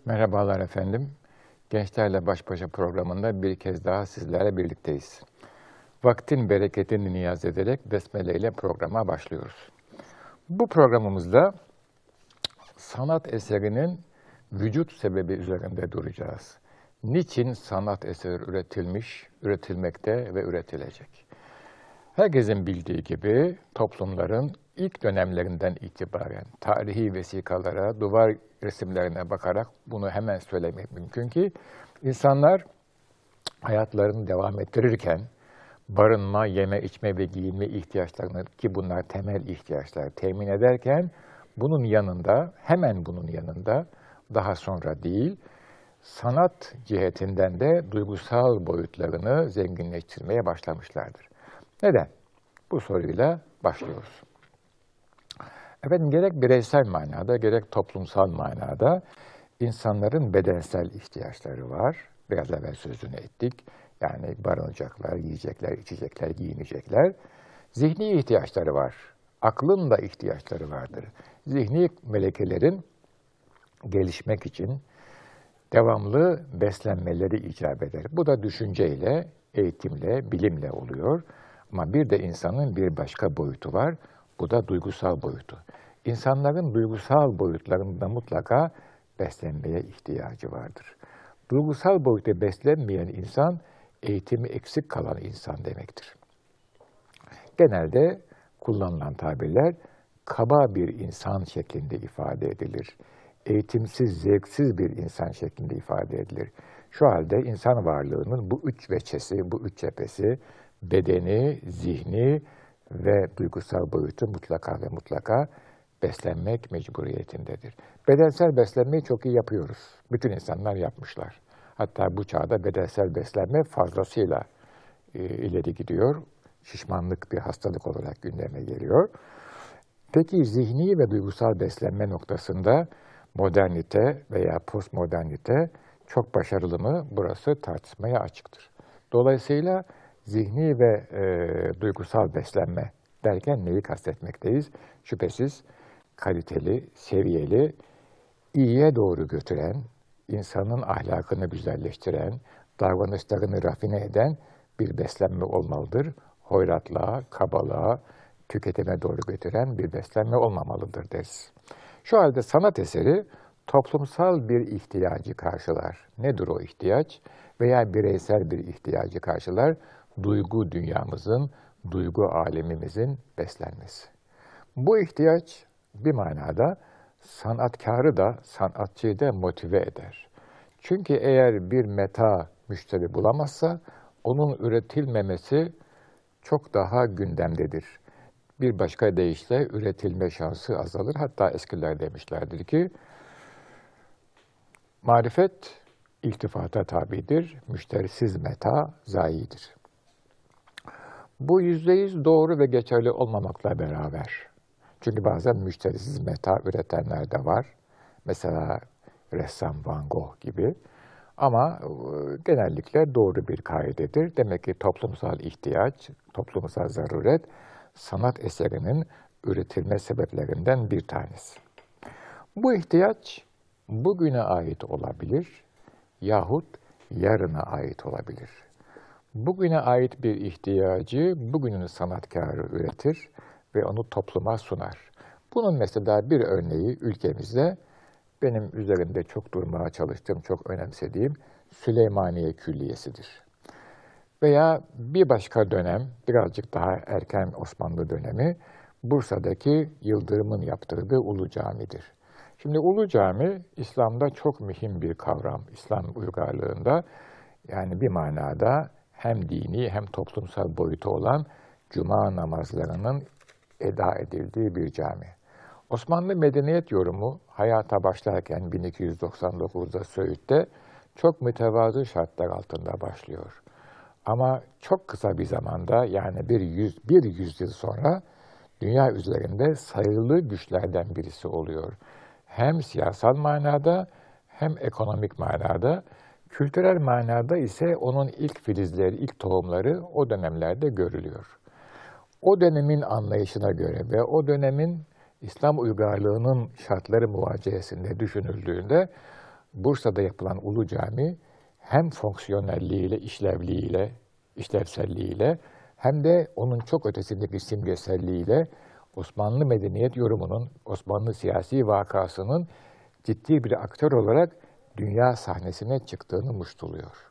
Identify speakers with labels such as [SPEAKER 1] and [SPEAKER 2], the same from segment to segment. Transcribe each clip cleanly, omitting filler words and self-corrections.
[SPEAKER 1] Merhabalar efendim. Gençlerle Baş Başa programında bir kez daha sizlerle birlikteyiz. Vaktin bereketini niyaz ederek Besmele ile programa başlıyoruz. Bu programımızda sanat eserinin vücut sebebi üzerinde duracağız. Niçin sanat eseri üretilmiş, üretilmekte ve üretilecek? Herkesin bildiği gibi toplumların ilk dönemlerinden itibaren tarihi vesikalara, duvar resimlerine bakarak bunu hemen söylemek mümkün ki insanlar hayatlarını devam ettirirken barınma, yeme, içme ve giyinme ihtiyaçlarını ki bunlar temel ihtiyaçlar temin ederken bunun yanında, hemen bunun yanında daha sonra değil, sanat cihetinden de duygusal boyutlarını zenginleştirmeye başlamışlardır. Neden? Bu soruyla başlıyoruz. Efendim gerek bireysel manada gerek toplumsal manada insanların bedensel ihtiyaçları var. Biraz evvel sözünü ettik. Yani barınacaklar, yiyecekler, içecekler, giyinecekler. Zihni ihtiyaçları var. Aklın da ihtiyaçları vardır. Zihni melekelerin gelişmek için devamlı beslenmeleri icap eder. Bu da düşünceyle, eğitimle, bilimle oluyor. Ama bir de insanın bir başka boyutu var. Bu da duygusal boyutu. İnsanların duygusal boyutlarında mutlaka beslenmeye ihtiyacı vardır. Duygusal boyutu beslenmeyen insan, eğitimi eksik kalan insan demektir. Genelde kullanılan tabirler kaba bir insan şeklinde ifade edilir. Eğitimsiz, zevksiz bir insan şeklinde ifade edilir. Şu halde insan varlığının bu üç veçesi, bu üç cephesi, bedeni, zihni ve duygusal boyutu mutlaka ve mutlaka beslenmek mecburiyetindedir. Bedensel beslenmeyi çok iyi yapıyoruz. Bütün insanlar yapmışlar. Hatta bu çağda bedensel beslenme fazlasıyla ileri gidiyor. Şişmanlık bir hastalık olarak gündeme geliyor. Peki zihni ve duygusal beslenme noktasında modernite veya postmodernite çok başarılı mı? Burası tartışmaya açıktır. Dolayısıyla zihni ve duygusal beslenme derken neyi kastetmekteyiz? Şüphesiz kaliteli, seviyeli, iyiye doğru götüren, insanın ahlakını güzelleştiren, davranışlarını rafine eden bir beslenme olmalıdır. Hoyratlığa, kabalığa, tüketime doğru götüren bir beslenme olmamalıdır deriz. Şu halde sanat eseri toplumsal bir ihtiyacı karşılar. Nedir o ihtiyaç? Veya bireysel bir ihtiyacı karşılar. Duygu dünyamızın, duygu alemimizin beslenmesi. Bu ihtiyaç bir manada sanatkarı da, sanatçıyı da motive eder. Çünkü eğer bir meta müşteri bulamazsa, onun üretilmemesi çok daha gündemdedir. Bir başka deyişle üretilme şansı azalır. Hatta eskiler demişlerdir ki, marifet iltifata tabidir, müşterisiz meta zayidir. Bu %100 doğru ve geçerli olmamakla beraber, çünkü bazen müşterisiz meta üretenler de var. Mesela ressam Van Gogh gibi. Ama genellikle doğru bir kaidedir. Demek ki toplumsal ihtiyaç, toplumsal zaruret, sanat eserinin üretilme sebeplerinden bir tanesi. Bu ihtiyaç bugüne ait olabilir yahut yarına ait olabilir. Bugüne ait bir ihtiyacı bugünün sanatkarı üretir ve onu topluma sunar. Bunun mesela bir örneği ülkemizde benim üzerinde çok durmaya çalıştığım, çok önemsediğim Süleymaniye Külliyesi'dir. Veya bir başka dönem, birazcık daha erken Osmanlı dönemi, Bursa'daki Yıldırım'ın yaptırdığı Ulu Cami'dir. Şimdi Ulu Cami, İslam'da çok mühim bir kavram, İslam uygarlığında. Yani bir manada hem dini hem toplumsal boyutu olan cuma namazlarının eda edildiği bir cami. Osmanlı medeniyet yorumu hayata başlarken 1299'da Söğüt'te çok mütevazı şartlar altında başlıyor. Ama çok kısa bir zamanda yani bir yüzyıl sonra dünya üzerinde sayılı güçlerden birisi oluyor. Hem siyasal manada hem ekonomik manada, kültürel manada ise onun ilk filizleri, ilk tohumları o dönemlerde görülüyor. O dönemin anlayışına göre ve o dönemin İslam uygarlığının şartları muvaciyesinde düşünüldüğünde Bursa'da yapılan Ulu Cami hem fonksiyonelliğiyle, işlevselliğiyle hem de onun çok ötesindeki simgeselliğiyle Osmanlı medeniyet yorumunun, Osmanlı siyasi vakasının ciddi bir aktör olarak dünya sahnesine çıktığını muştuluyor.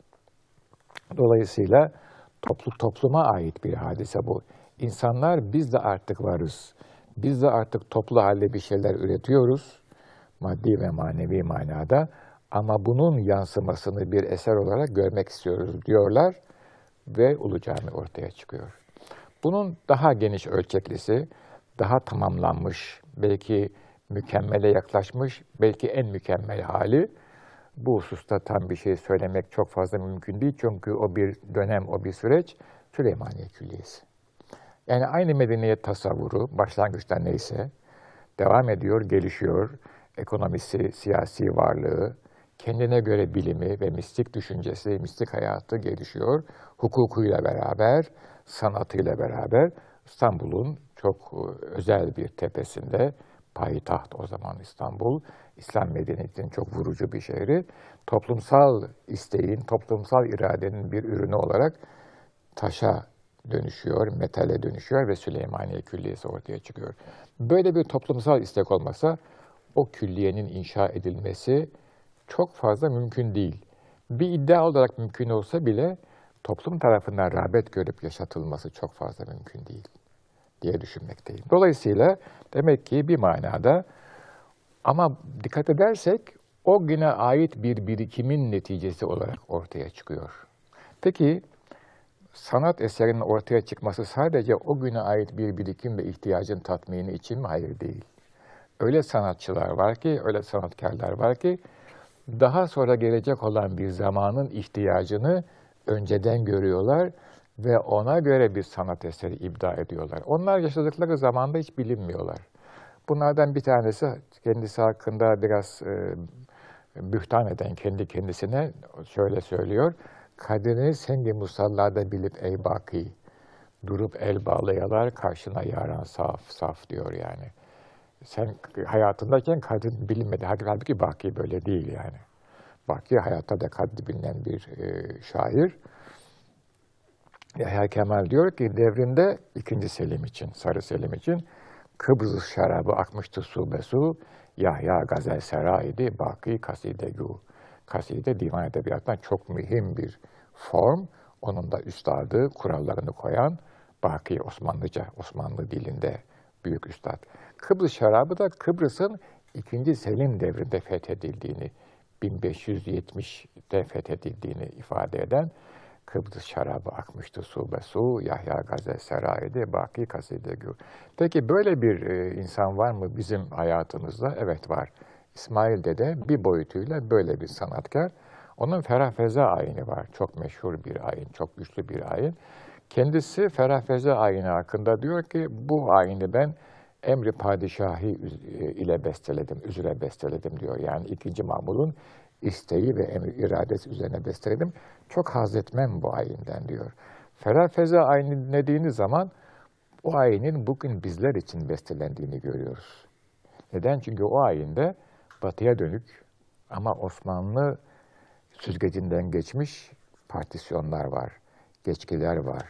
[SPEAKER 1] Dolayısıyla topluma ait bir hadise bu. İnsanlar biz de artık varız. Biz de artık toplu halde bir şeyler üretiyoruz, maddi ve manevi manada. Ama bunun yansımasını bir eser olarak görmek istiyoruz diyorlar ve Ulu Cami ortaya çıkıyor. Bunun daha geniş ölçeklisi, daha tamamlanmış, belki mükemmele yaklaşmış, belki en mükemmel hali. Bu hususta tam bir şey söylemek çok fazla mümkün değil çünkü o bir dönem, o bir süreç Süleymaniye Külliyesi. Yani aynı medeniyet tasavvuru başlangıçta neyse devam ediyor, gelişiyor. Ekonomisi, siyasi varlığı, kendine göre bilimi ve mistik düşüncesi, mistik hayatı gelişiyor. Hukukuyla beraber, sanatıyla beraber İstanbul'un çok özel bir tepesinde, payitaht o zaman İstanbul, İslam medeniyetinin çok vurucu bir şehri, toplumsal isteğin, toplumsal iradenin bir ürünü olarak taşa dönüşüyor, metale dönüşüyor ve Süleymaniye Külliyesi ortaya çıkıyor. Böyle bir toplumsal istek olmasa o külliyenin inşa edilmesi çok fazla mümkün değil. Bir iddia olarak mümkün olsa bile toplum tarafından rağbet görüp yaşatılması çok fazla mümkün değil diye düşünmekteyim. Dolayısıyla demek ki bir manada ama dikkat edersek o güne ait bir birikimin neticesi olarak ortaya çıkıyor. Peki sanat eserinin ortaya çıkması sadece o güne ait bir birikim ve ihtiyacın tatmini için mi? Hayır değil. Öyle sanatçılar var ki, öyle sanatkarlar var ki daha sonra gelecek olan bir zamanın ihtiyacını önceden görüyorlar ve ona göre bir sanat eseri ibda ediyorlar. Onlar yaşadıkları zamanda hiç bilinmiyorlar. Bunlardan bir tanesi kendisi hakkında biraz bühtan eden kendi kendisine şöyle söylüyor. Kadrini sengi musallada bilip ey baki, durup el bağlayalar karşına yaran saf saf diyor yani. Sen hayatındayken kadın bilinmedi. Halbuki Baki böyle değil yani. Baki hayatta da kadri bilinen bir şair. Yahya Kemal diyor ki devrinde 2. Selim için, Sarı Selim için Kıbrıs şarabı akmıştı su be su, Yahya gazel seraydi, Baki kasidegu. Kaside divan edebiyatından çok mühim bir form. Onun da üstadı, kurallarını koyan Baki Osmanlıca, Osmanlı dilinde büyük üstad. Kıbrıs şarabı da Kıbrıs'ın 2. Selim devrinde fethedildiğini, 1570'te fethedildiğini ifade eden Kıbrıs şarabı akmıştı su be su, Yahya gazel serayede, Baki kasidegü. Peki böyle bir insan var mı bizim hayatımızda? Evet var. İsmail Dede bir boyutuyla böyle bir sanatkar. Onun Ferah Feza ayini var. Çok meşhur bir ayin, çok güçlü bir ayin. Kendisi Ferah Feza ayini hakkında diyor ki bu ayini ben emri padişahi ile besteledim, üzere besteledim diyor. Yani 2. Mahmud'un isteği ve emri iradesi üzerine besteledim. Çok haz etmem bu ayinden diyor. Ferah Feza ayini dinlediğiniz zaman o ayinin bugün bizler için bestelendiğini görüyoruz. Neden? Çünkü o ayinde batıya dönük ama Osmanlı süzgecinden geçmiş partisyonlar var, geçkiler var,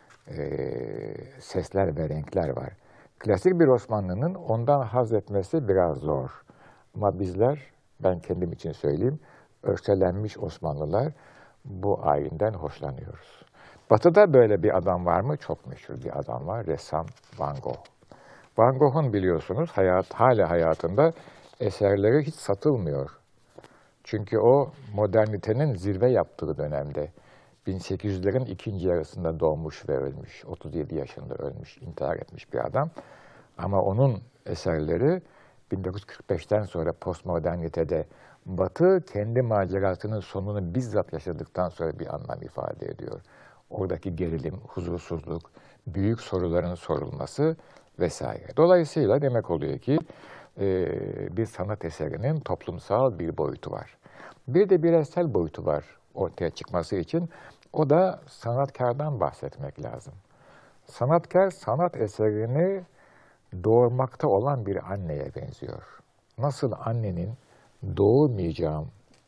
[SPEAKER 1] sesler ve renkler var. Klasik bir Osmanlı'nın ondan haz etmesi biraz zor. Ama bizler, ben kendim için söyleyeyim, örselenmiş Osmanlılar bu ayinden hoşlanıyoruz. Batı'da böyle bir adam var mı? Çok meşhur bir adam var, ressam Van Gogh. Van Gogh'un biliyorsunuz hala hayatında eserleri hiç satılmıyor. Çünkü o modernitenin zirve yaptığı dönemde 1800'lerin ikinci yarısında doğmuş ve ölmüş. 37 yaşında ölmüş, intihar etmiş bir adam. Ama onun eserleri 1945'ten sonra postmodernitede Batı kendi macerasının sonunu bizzat yaşadıktan sonra bir anlam ifade ediyor. Oradaki gerilim, huzursuzluk, büyük soruların sorulması vesaire. Dolayısıyla demek oluyor ki bir sanat eserinin toplumsal bir boyutu var. Bir de bireysel boyutu var ortaya çıkması için. O da sanatkardan bahsetmek lazım. Sanatkar sanat eserini doğurmakta olan bir anneye benziyor. Nasıl annenin doğurmayacağım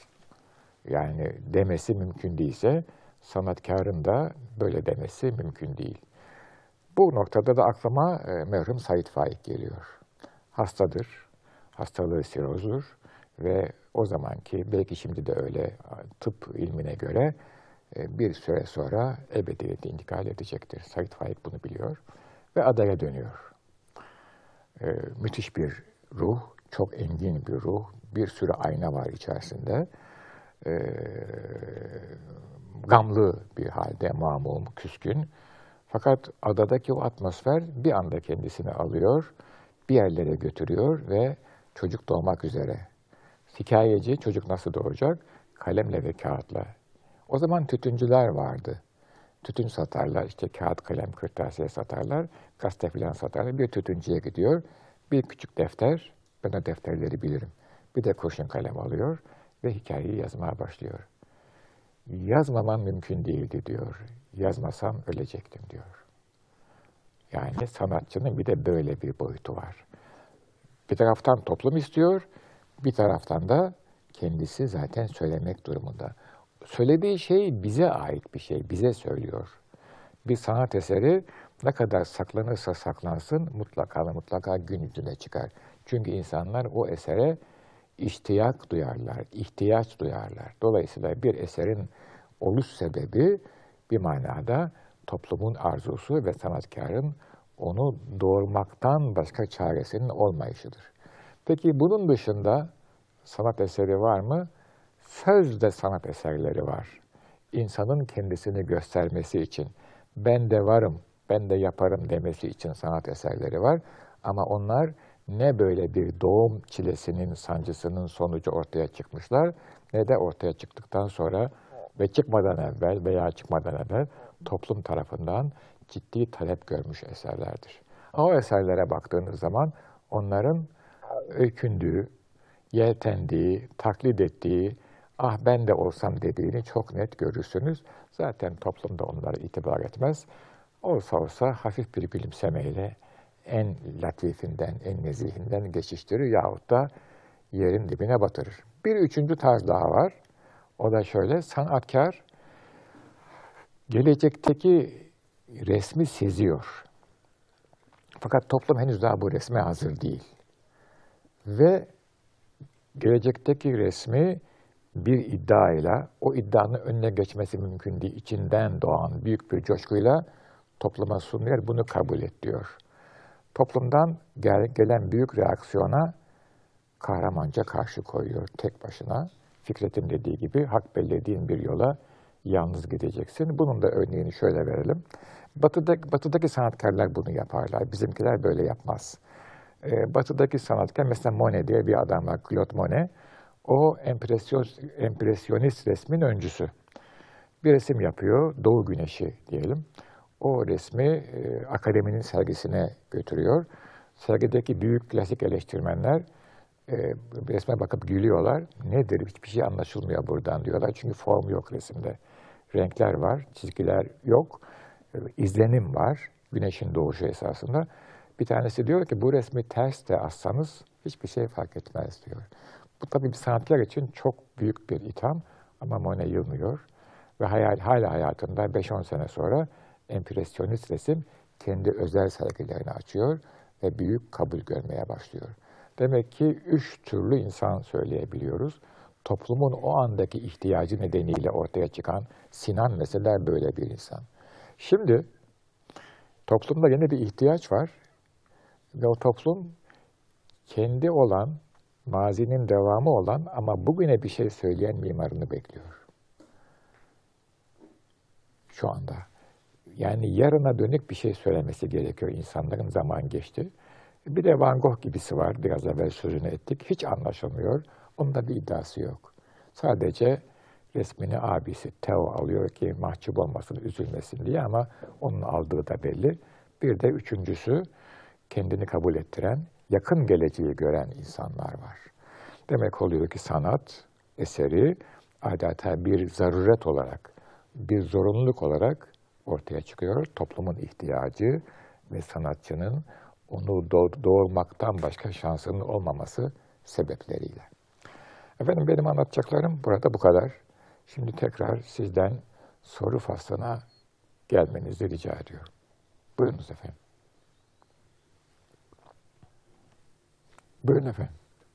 [SPEAKER 1] yani demesi mümkün değilse sanatkarın da böyle demesi mümkün değil. Bu noktada da aklıma merhum Sait Faik geliyor. Hastadır, hastalığı sirozdur ve o zamanki, belki şimdi de öyle tıp ilmine göre bir süre sonra ebediyete intikal edecektir. Sait Faik bunu biliyor ve adaya dönüyor. Müthiş bir ruh, çok engin bir ruh, bir sürü ayna var içerisinde. Gamlı bir halde, mamum, küskün. Fakat adadaki o atmosfer bir anda kendisini alıyor, bir yerlere götürüyor ve çocuk doğmak üzere. Hikayeci çocuk nasıl doğacak? Kalemle ve kağıtla. O zaman tütüncüler vardı. Tütün satarlar, işte kağıt, kalem, kırtasiye satarlar, gazete falan satarlar. Bir tütüncüye gidiyor, bir küçük defter, ben o defterleri bilirim. Bir de kurşun kalem alıyor ve hikayeyi yazmaya başlıyor. Yazmamam mümkün değildi diyor. Yazmasam ölecektim diyor. Yani sanatçının bir de böyle bir boyutu var. Bir taraftan toplum istiyor, bir taraftan da kendisi zaten söylemek durumunda. Söylediği şey bize ait bir şey, bize söylüyor. Bir sanat eseri ne kadar saklanırsa saklansın mutlaka gün yüzüne çıkar. Çünkü insanlar o esere iştiyak duyarlar, ihtiyaç duyarlar. Dolayısıyla bir eserin oluş sebebi bir manada toplumun arzusu ve sanatkarın onu doğurmaktan başka çaresinin olmayışıdır. Peki bunun dışında sanat eseri var mı? Sözde sanat eserleri var. İnsanın kendisini göstermesi için, ben de varım, ben de yaparım demesi için sanat eserleri var. Ama onlar ne böyle bir doğum çilesinin, sancısının sonucu ortaya çıkmışlar, ne de ortaya çıktıktan sonra ve çıkmadan evvel veya çıkmadan evvel toplum tarafından ciddi talep görmüş eserlerdir. O eserlere baktığınız zaman onların öykündüğü, yeltendiği, taklit ettiği, ah ben de olsam dediğini çok net görürsünüz. Zaten toplumda onlara itibar etmez. Olsa hafif bir gülümsemeyle en latifinden, en nezihinden geçiştirir yahut da yerin dibine batırır. Bir üçüncü tarz daha var. O da şöyle, sanatkar gelecekteki resmi seziyor. Fakat toplum henüz daha bu resme hazır değil. Ve gelecekteki resmi bir iddiayla, o iddianın önüne geçmesi mümkün değil, içinden doğan büyük bir coşkuyla topluma sunuyor, bunu kabul et diyor. Toplumdan gelen büyük reaksiyona kahramanca karşı koyuyor tek başına. Fikret'in dediği gibi hak bellediğin bir yola yalnız gideceksin. Bunun da örneğini şöyle verelim. Batı'daki sanatkarlar bunu yaparlar. Bizimkiler böyle yapmaz. Batı'daki sanatkar, mesela Monet diye bir adam var, Claude Monet. O empresyonist resmin öncüsü. Bir resim yapıyor, Doğu Güneşi diyelim. O resmi akademinin sergisine götürüyor. Sergideki büyük klasik eleştirmenler resme bakıp gülüyorlar. Nedir? Hiçbir şey anlaşılmıyor buradan diyorlar. Çünkü form yok resimde. Renkler var, çizgiler yok. İzlenim var. Güneşin doğuşu esasında. Bir tanesi diyor ki bu resmi ters de assanız hiçbir şey fark etmez diyor. Bu tabii bir sanatkar için çok büyük bir itham ama Monet yılmıyor. Ve hala hayatında 5-10 sene sonra empresyonist resim kendi özel sergilerini açıyor ve büyük kabul görmeye başlıyor. Demek ki 3 türlü insan söyleyebiliyoruz. Toplumun o andaki ihtiyacı nedeniyle ortaya çıkan Sinan mesela böyle bir insan. Şimdi toplumda yine bir ihtiyaç var ve o toplum kendi olan, mazinin devamı olan ama bugüne bir şey söyleyen mimarını bekliyor. Şu anda. Yani yarına dönük bir şey söylemesi gerekiyor. İnsanların zaman geçti. Bir de Van Gogh gibisi var. Biraz evvel sözünü ettik. Hiç anlaşılmıyor. Onda bir iddiası yok. Sadece resmini abisi Theo alıyor ki mahcup olmasın, üzülmesin diye ama onun aldığı da belli. Bir de üçüncüsü kendini kabul ettiren, yakın geleceği gören insanlar var. Demek oluyor ki sanat eseri adeta bir zaruret olarak, bir zorunluluk olarak ortaya çıkıyor. Toplumun ihtiyacı ve sanatçının onu doğurmaktan başka şansının olmaması sebepleriyle. Efendim benim anlatacaklarım burada bu kadar. Şimdi tekrar sizden soru faslına gelmenizi rica ediyorum. Buyurunuz efendim. Buyurun efendim.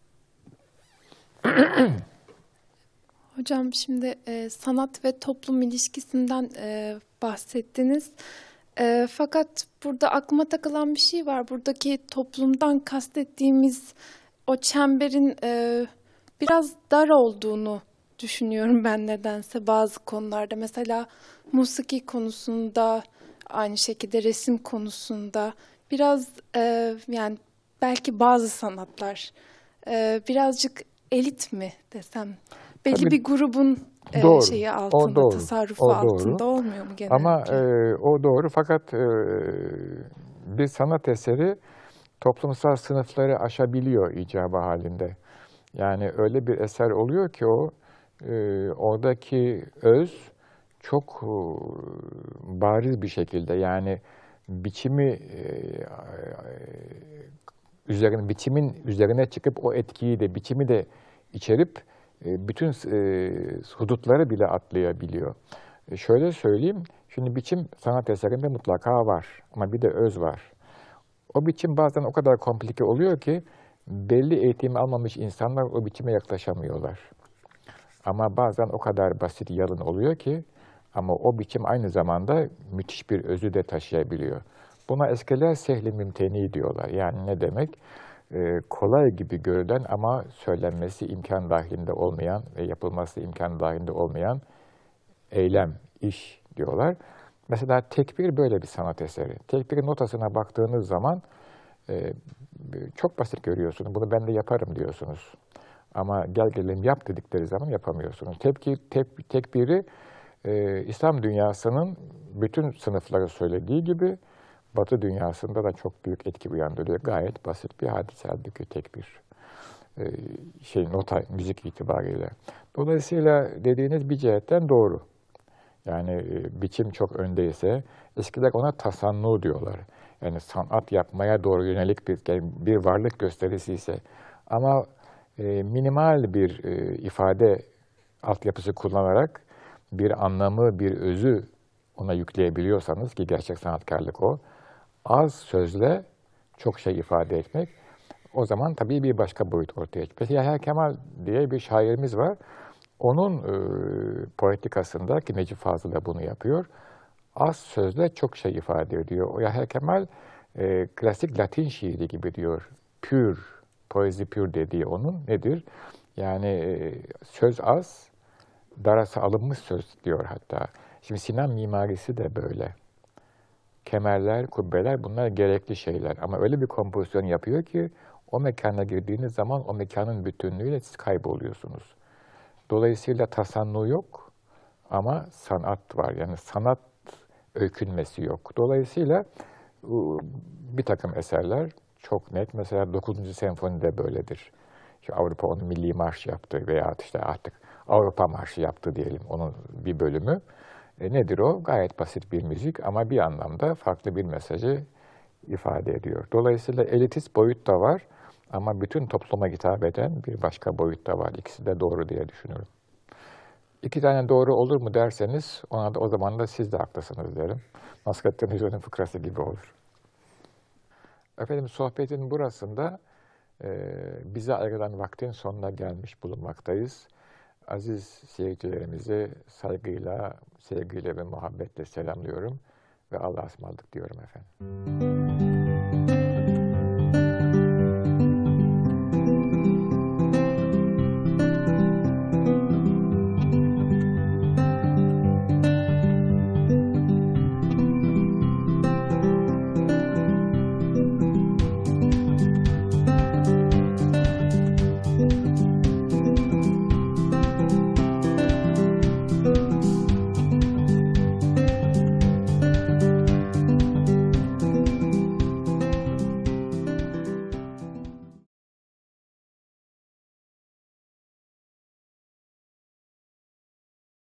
[SPEAKER 2] Hocam şimdi sanat ve toplum ilişkisinden bahsettiniz. Fakat burada aklıma takılan bir şey var. Buradaki toplumdan kastettiğimiz o çemberin biraz dar olduğunu düşünüyorum ben nedense bazı konularda. Mesela musiki konusunda, aynı şekilde resim konusunda biraz yani belki bazı sanatlar birazcık elit mi desem? Belli
[SPEAKER 1] Tabii,
[SPEAKER 2] bir grubun
[SPEAKER 1] doğru.
[SPEAKER 2] şeyi
[SPEAKER 1] O
[SPEAKER 2] altında,
[SPEAKER 1] doğru.
[SPEAKER 2] tasarrufu
[SPEAKER 1] O doğru.
[SPEAKER 2] altında olmuyor mu
[SPEAKER 1] Ama
[SPEAKER 2] genellikle?
[SPEAKER 1] o doğru fakat bir sanat eseri toplumsal sınıfları aşabiliyor icabı halinde. Yani öyle bir eser oluyor ki oradaki öz çok bariz bir şekilde, yani biçimi biçimin üzerine çıkıp o etkiyi de biçimi de içerip bütün hudutları bile atlayabiliyor. Şöyle söyleyeyim, şimdi biçim sanat eserinde mutlaka var ama bir de öz var. O biçim bazen o kadar komplike oluyor ki belli eğitim almamış insanlar o biçime yaklaşamıyorlar. Ama bazen o kadar basit, yalın oluyor ki ama o biçim aynı zamanda müthiş bir özü de taşıyabiliyor. Buna eskiler sehli mümteni diyorlar. Yani ne demek? Kolay gibi görülen ama söylenmesi imkan dahilinde olmayan ve yapılması imkan dahilinde olmayan eylem, iş diyorlar. Mesela tekbir böyle bir sanat eseri. Tekbirin notasına baktığınız zaman e, çok basit görüyorsunuz. Bunu ben de yaparım diyorsunuz. Ama gel gelelim yap dedikleri zaman yapamıyorsunuz. Tekbiri İslam dünyasının bütün sınıfları söylediği gibi Batı dünyasında da çok büyük etki uyandırıyor. Gayet basit bir hadise halbuki tekbir. Nota, müzik itibariyle. Dolayısıyla dediğiniz bir cihetten doğru. Yani biçim çok öndeyse, eskiler ona tasannu diyorlar. Yani sanat yapmaya doğru yönelik bir varlık gösterisi ise. Ama minimal bir ifade altyapısı kullanarak bir anlamı, bir özü ona yükleyebiliyorsanız, ki gerçek sanatkarlık o, az sözle çok şey ifade etmek, o zaman tabii bir başka boyut ortaya çıkıyor. Yahya Kemal diye bir şairimiz var. Onun poetikasında, ki Necip Fazıl da bunu yapıyor, az sözle çok şey ifade ediyor. O Yahya Kemal klasik Latin şiiri gibi diyor. Pür, poezi pür dediği onun nedir? Yani söz az, darası alınmış söz diyor hatta. Şimdi Sinan mimarisi de böyle. Kemerler, kubbeler bunlar gerekli şeyler. Ama öyle bir kompozisyon yapıyor ki o mekana girdiğiniz zaman o mekanın bütünlüğüyle siz kayboluyorsunuz. Dolayısıyla tasannu yok ama sanat var. Yani sanat öykünmesi yok. Dolayısıyla bir takım eserler çok net. Mesela 9. Senfoni de böyledir. İşte Avrupa onun milli marş yaptı veya işte artık Avrupa marşı yaptı diyelim onun bir bölümü. Nedir o? Gayet basit bir müzik ama bir anlamda farklı bir mesajı ifade ediyor. Dolayısıyla elitist boyut da var ama bütün topluma hitap eden bir başka boyut da var. İkisi de doğru diye düşünüyorum. İki tane doğru olur mu derseniz o zaman da siz de haklısınız derim. Nasrettin Hoca'nın fıkrası gibi olur. Efendim sohbetin burasında bize ayrılan vaktin sonuna gelmiş bulunmaktayız. Aziz seyircilerimizi saygıyla, sevgiyle ve muhabbetle selamlıyorum ve Allah'a ısmarladık diyorum efendim.